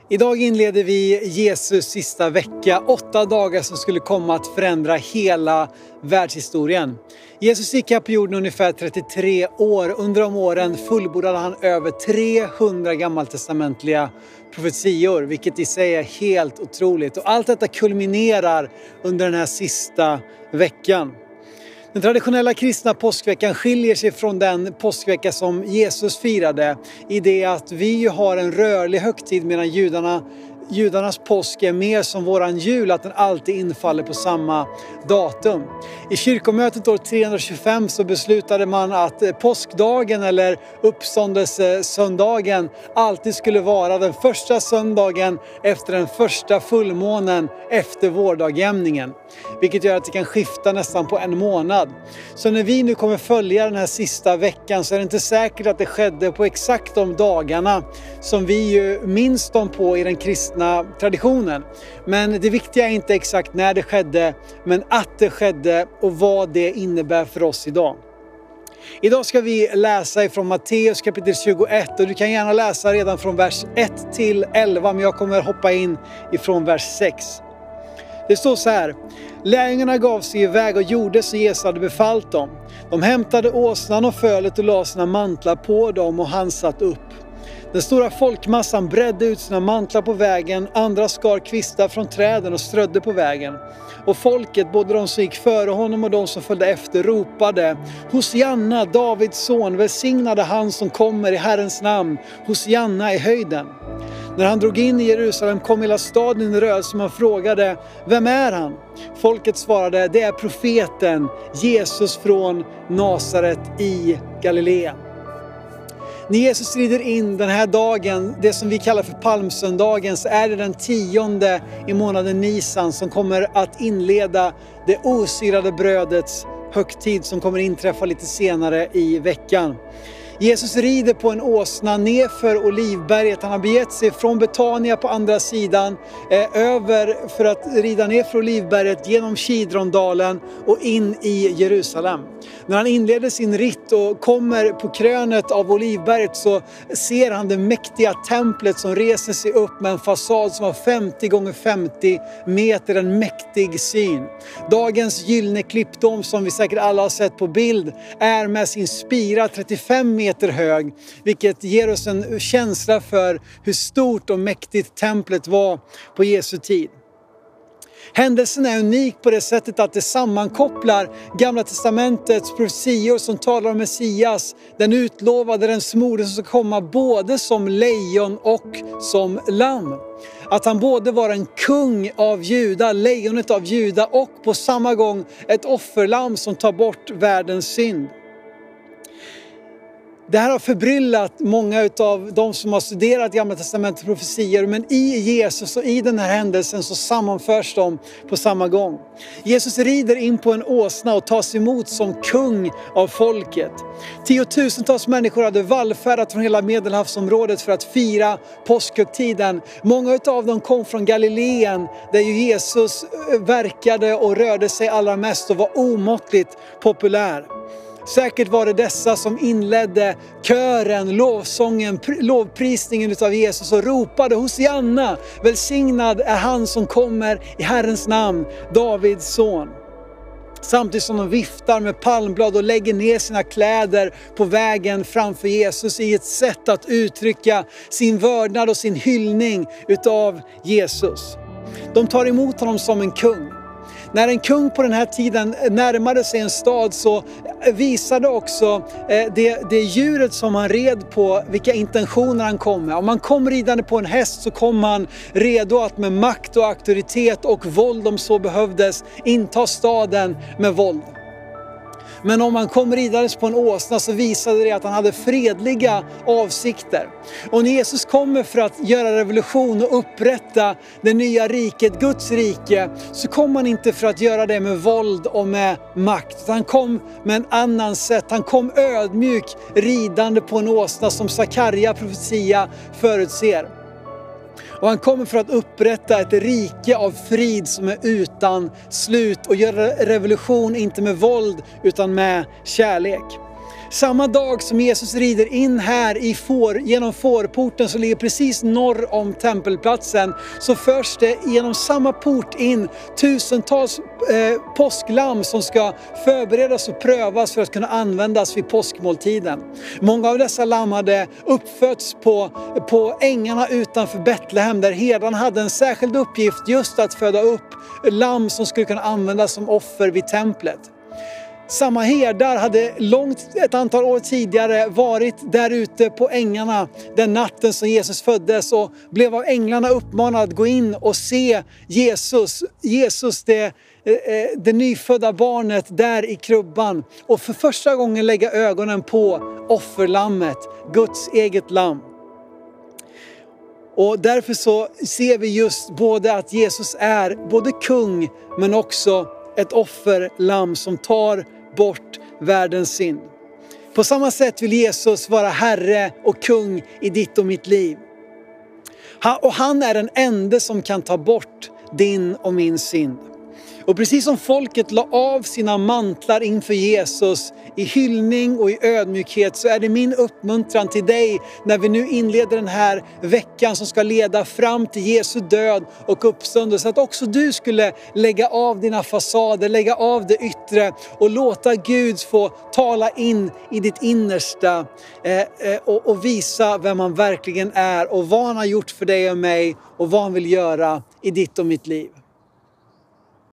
Idag inleder vi Jesus sista vecka, 8 dagar som skulle komma att förändra hela världshistorien. Jesus gick här på jorden ungefär 33 år. Under de åren fullbordade han över 300 gammaltestamentliga profetior, vilket i sig är helt otroligt. Och allt detta kulminerar under den här sista veckan. Den traditionella kristna påskveckan skiljer sig från den påskvecka som Jesus firade i det att vi har en rörlig högtid medan judarnas påsk är mer som våran jul, att den alltid infaller på samma datum. I kyrkomötet år 325 så beslutade man att påskdagen eller uppståndelsesöndagen alltid skulle vara den första söndagen efter den första fullmånen efter vårdagjämningen. Vilket gör att det kan skifta nästan på en månad. Så när vi nu kommer följa den här sista veckan så är det inte säkert att det skedde på exakt de dagarna som vi ju minns dem på i den kristna traditionen. Men det viktiga är inte exakt när det skedde, men att det skedde och vad det innebär för oss idag. Idag ska vi läsa ifrån Matteus kapitel 21 och du kan gärna läsa redan från vers 1 till 11, men jag kommer hoppa in ifrån vers 6. Det står så här: lärjungarna gav sig iväg och gjorde så Jesus hade befallt dem. De hämtade åsnan och fölet och la sina mantlar på dem och han satt upp. Den stora folkmassan bredde ut sina mantlar på vägen, andra skar kvistar från träden och strödde på vägen. Och folket, både de som gick före honom och de som följde efter, ropade: Hosianna, Davids son, välsignade han som kommer i Herrens namn, Hosianna i höjden. När han drog in i Jerusalem kom hela staden i rörelse. Man frågade: vem är han? Folket svarade: det är profeten Jesus från Nasaret i Galileen. När Jesus rider in den här dagen, det som vi kallar för palmsöndagen, så är det den 10:e i månaden Nisan som kommer att inleda det osyrade brödets högtid som kommer inträffa lite senare i veckan. Jesus rider på en åsna nerför Olivberget. Han har begett sig från Betania på andra sidan över för att rida ner från Olivberget genom Kidrondalen och in i Jerusalem. När han inleder sin ritt och kommer på krönet av Olivberget så ser han det mäktiga templet som reser sig upp med en fasad som var 50 gånger 50 meter, en mäktig syn. Dagens gyllene klippdom som vi säkert alla har sett på bild är med sin spira 35 meter hög, vilket ger oss en känsla för hur stort och mäktigt templet var på Jesu tid. Händelsen är unik på det sättet att det sammankopplar Gamla testamentets profetior som talar om Messias, den utlovade, den smorde som ska komma både som lejon och som lamm. Att han både var en kung av Juda, lejonet av Juda, och på samma gång ett offerlamm som tar bort världens synd. Det här har förbryllat många av de som har studerat Gamla testamentets profetior, men i Jesus och i den här händelsen så sammanförs de på samma gång. Jesus rider in på en åsna och tas emot som kung av folket. 10,000-tals människor hade vallfärdat från hela Medelhavsområdet för att fira påskhögtiden. Många av dem kom från Galileen där ju Jesus verkade och rörde sig allra mest och var omåttligt populär. Säkert var det dessa som inledde kören, lovsången, lovprisningen utav Jesus och ropade: Hosianna, välsignad är han som kommer i Herrens namn, Davids son. Samtidigt som de viftar med palmblad och lägger ner sina kläder på vägen framför Jesus i ett sätt att uttrycka sin vördnad och sin hyllning utav Jesus. De tar emot honom som en kung. När en kung på den här tiden närmade sig en stad så visade också det djuret som han red på vilka intentioner han kom med. Om man kom ridande på en häst så kom han redo att med makt och auktoritet och våld om så behövdes inta staden med våld. Men om han kom ridades på en åsna så visade det att han hade fredliga avsikter. Och när Jesus kommer för att göra revolution och upprätta det nya riket, Guds rike, så kom han inte för att göra det med våld och med makt. Han kom med en annan sätt. Han kom ödmjuk ridande på en åsna som Sakarja profetia förutser. Och han kommer för att upprätta ett rike av frid som är utan slut och göra revolution inte med våld utan med kärlek. Samma dag som Jesus rider in här genom fårporten som ligger precis norr om tempelplatsen, så förs det genom samma port in tusentals påsklamm som ska förberedas och prövas för att kunna användas vid påskmåltiden. Många av dessa lamm hade uppfötts på ängarna utanför Betlehem, där herden hade en särskild uppgift just att föda upp lamm som skulle kunna användas som offer vid templet. Samma herdar hade ett antal år tidigare varit där ute på ängarna den natten som Jesus föddes och blev av änglarna uppmanad att gå in och se Jesus det nyfödda barnet där i krubban, och för första gången lägga ögonen på offerlammet, Guds eget lamm. Och därför så ser vi just både att Jesus är både kung men också ett offerlamm som tar bort världens synd. På samma sätt vill Jesus vara herre och kung i ditt och mitt liv. Och han är den enda som kan ta bort din och min synd. Och precis som folket la av sina mantlar inför Jesus i hyllning och i ödmjukhet, så är det min uppmuntran till dig när vi nu inleder den här veckan som ska leda fram till Jesu död och uppståndelse, att också du skulle lägga av dina fasader, lägga av det yttre och låta Gud få tala in i ditt innersta och visa vem han verkligen är och vad han har gjort för dig och mig och vad han vill göra i ditt och mitt liv.